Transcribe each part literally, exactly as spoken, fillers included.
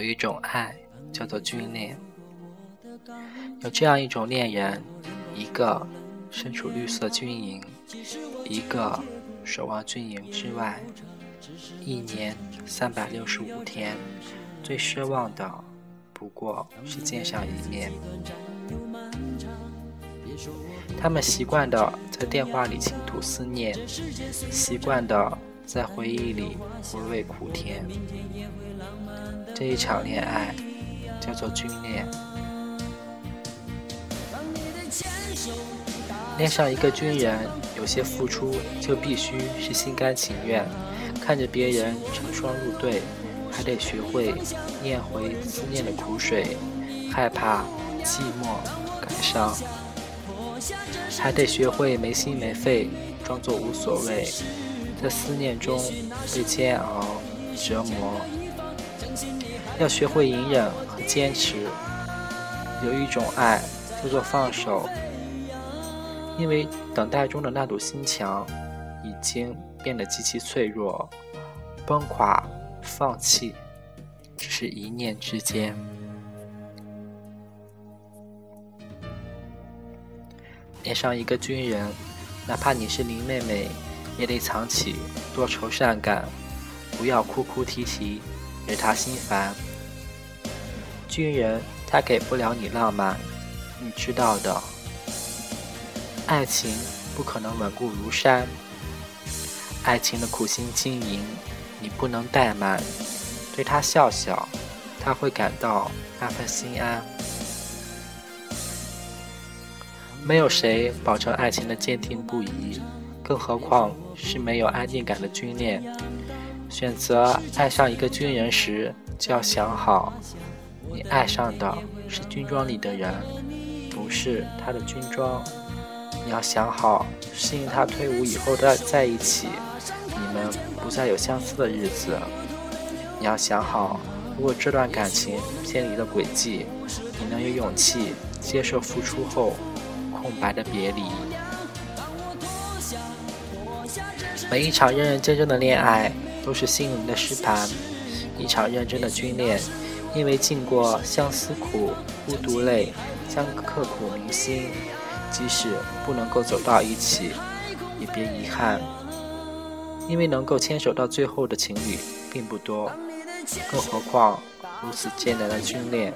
一种爱叫做军恋。有这样一种恋人，一个身处绿色军营，一个守望军营之外，一年三百六十五天，最奢望的不过是见上一面。他们习惯的在电话里倾吐思念，习惯的在回忆里回味苦甜。这一场恋爱叫做军恋。恋上一个军人，有些付出就必须是心甘情愿，看着别人成双入对，还得学会咽回思念的苦水，害怕寂寞感伤，还得学会没心没肺，装作无所谓，在思念中被煎熬折磨。要学会隐忍和坚持。有一种爱叫做放手，因为等待中的那堵心墙已经变得极其脆弱，崩垮放弃只是一念之间。恋上一个军人，哪怕你是林妹妹，也得藏起多愁善感，不要哭哭啼啼，惹他心烦。军人他给不了你浪漫，你知道的。爱情不可能稳固如山，爱情的苦心经营你不能怠慢，对他笑笑，他会感到那份心安。没有谁保证爱情的坚定不移，更何况是没有安定感的军恋。选择爱上一个军人时，就要想好，你爱上的是军装里的人，不是他的军装。你要想好，适应他退伍以后的在一起，你们不再有相似的日子。你要想好，如果这段感情偏离了轨迹，你能有勇气接受付出后空白的别离。每一场认认真真的恋爱都是心灵的湿盘，一场认真的军恋，因为经过相思苦、孤独泪，将刻骨铭心。即使不能够走到一起，也别遗憾，因为能够牵手到最后的情侣并不多，更何况如此艰难的军恋。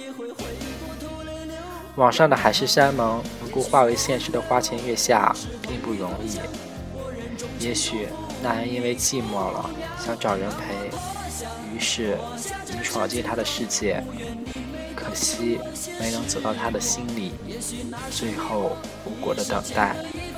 网上的海誓山盟能够化为现实的花前月下并不容易。也许那人因为寂寞了，想找人陪，于是你闯进他的世界，可惜没能走到他的心里，最后无果的等待。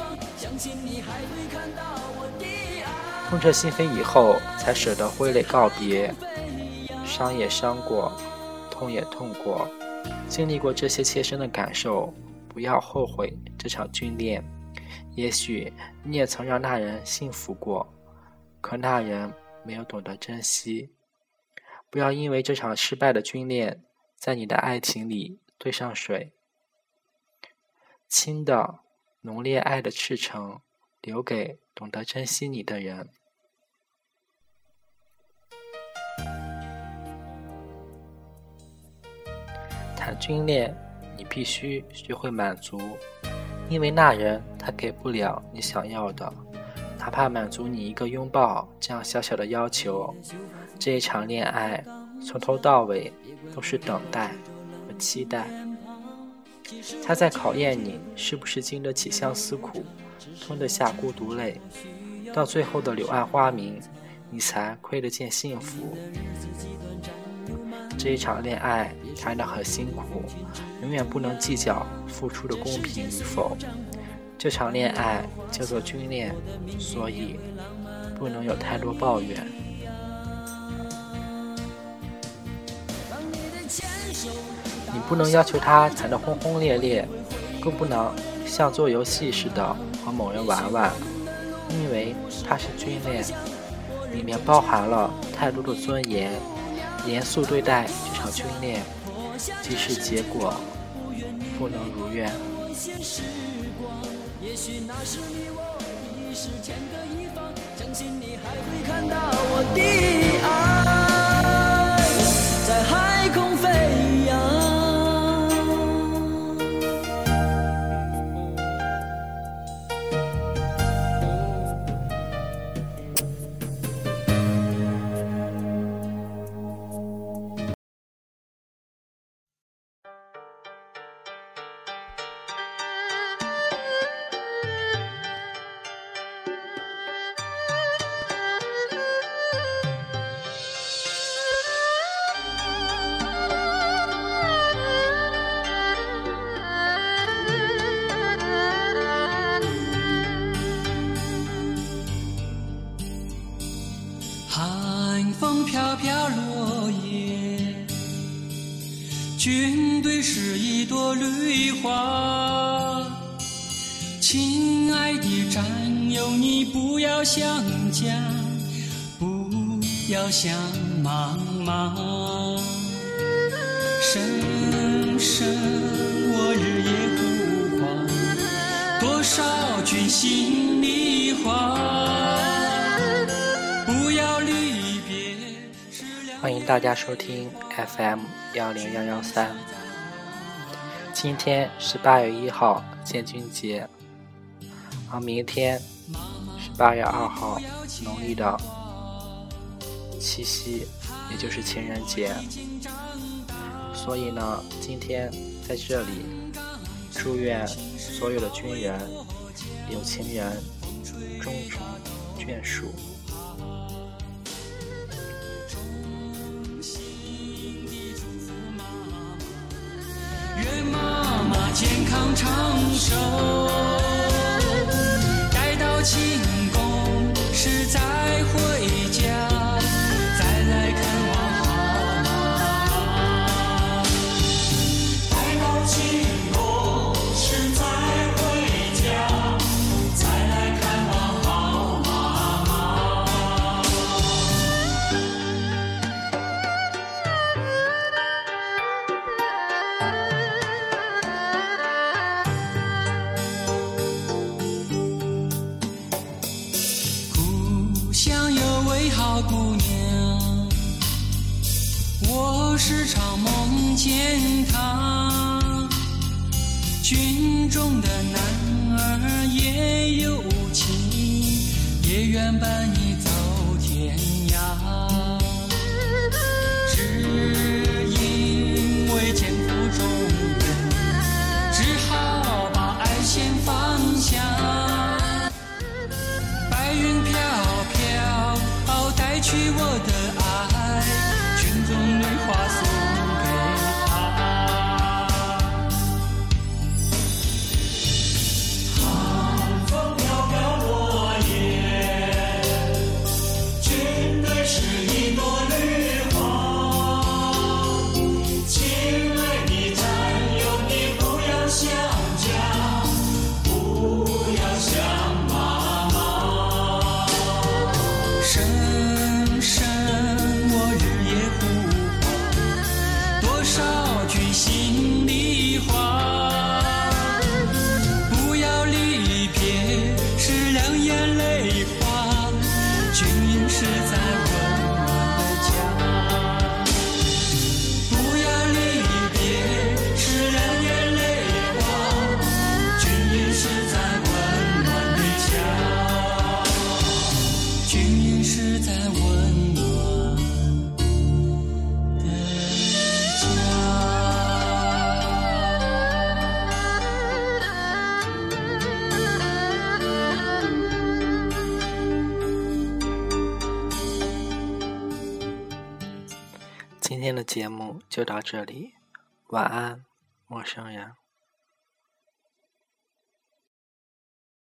痛彻心扉以后，才舍得挥泪告别。伤也伤过，痛也痛过，经历过这些切身的感受，不要后悔这场军恋。也许你也曾让那人幸福过，可那人没有懂得珍惜。不要因为这场失败的军恋，在你的爱情里兑上水。轻的浓烈爱的赤诚，留给懂得珍惜你的人。谈军恋，你必须学会满足，因为那人他给不了你想要的，哪怕满足你一个拥抱这样小小的要求。这一场恋爱从头到尾都是等待和期待，他在考验你是不是经得起相思苦，吞得下孤独泪，到最后的柳暗花明，你才窥得见幸福。这一场恋爱谈得很辛苦，永远不能计较付出的公平与否。这场恋爱叫做军恋，所以不能有太多抱怨。你不能要求他谈得轰轰烈烈，更不能像做游戏似的和某人玩玩，因为他是军恋，里面包含了太多的尊严。严肃对待这场军恋，即使结果不能如愿。也许那是你我已是天各一方，相信你还会看到我的爱，在军队是一朵绿花，亲爱的战友，你不要想家，不要想妈妈。声声我日夜呼唤，多少句心里话，不要离别。 欢迎大家收听 F M 一零一一三。今天是八月一号，建军节，而明天是八月二号，农历的七夕，也就是情人节。所以呢，今天在这里祝愿所有的军人、有情人终成眷属。 愿妈妈健康长寿，待到庆功时再回家，再来看望好妈妈。待到庆功时再回家，再来看望好妈妈。故乡有位好姑娘，我时常梦见她。军中的男儿也有情，也愿伴你走天涯。只因为肩负重任，只好把爱先放下。白云飘飘，带去我的爱，军中绿花送给他。寒风飘飘落叶，军队是一朵绿花。亲爱的战友，你不要想家，不要想妈妈。声声我日夜呼唤，多少句心里话，不要离别是两眼泪花，军营是在温暖的家。不要离别是两眼泪花，军营是在温暖的家。军营是在温暖的家。 今天的节目就到这里，晚安，陌生人。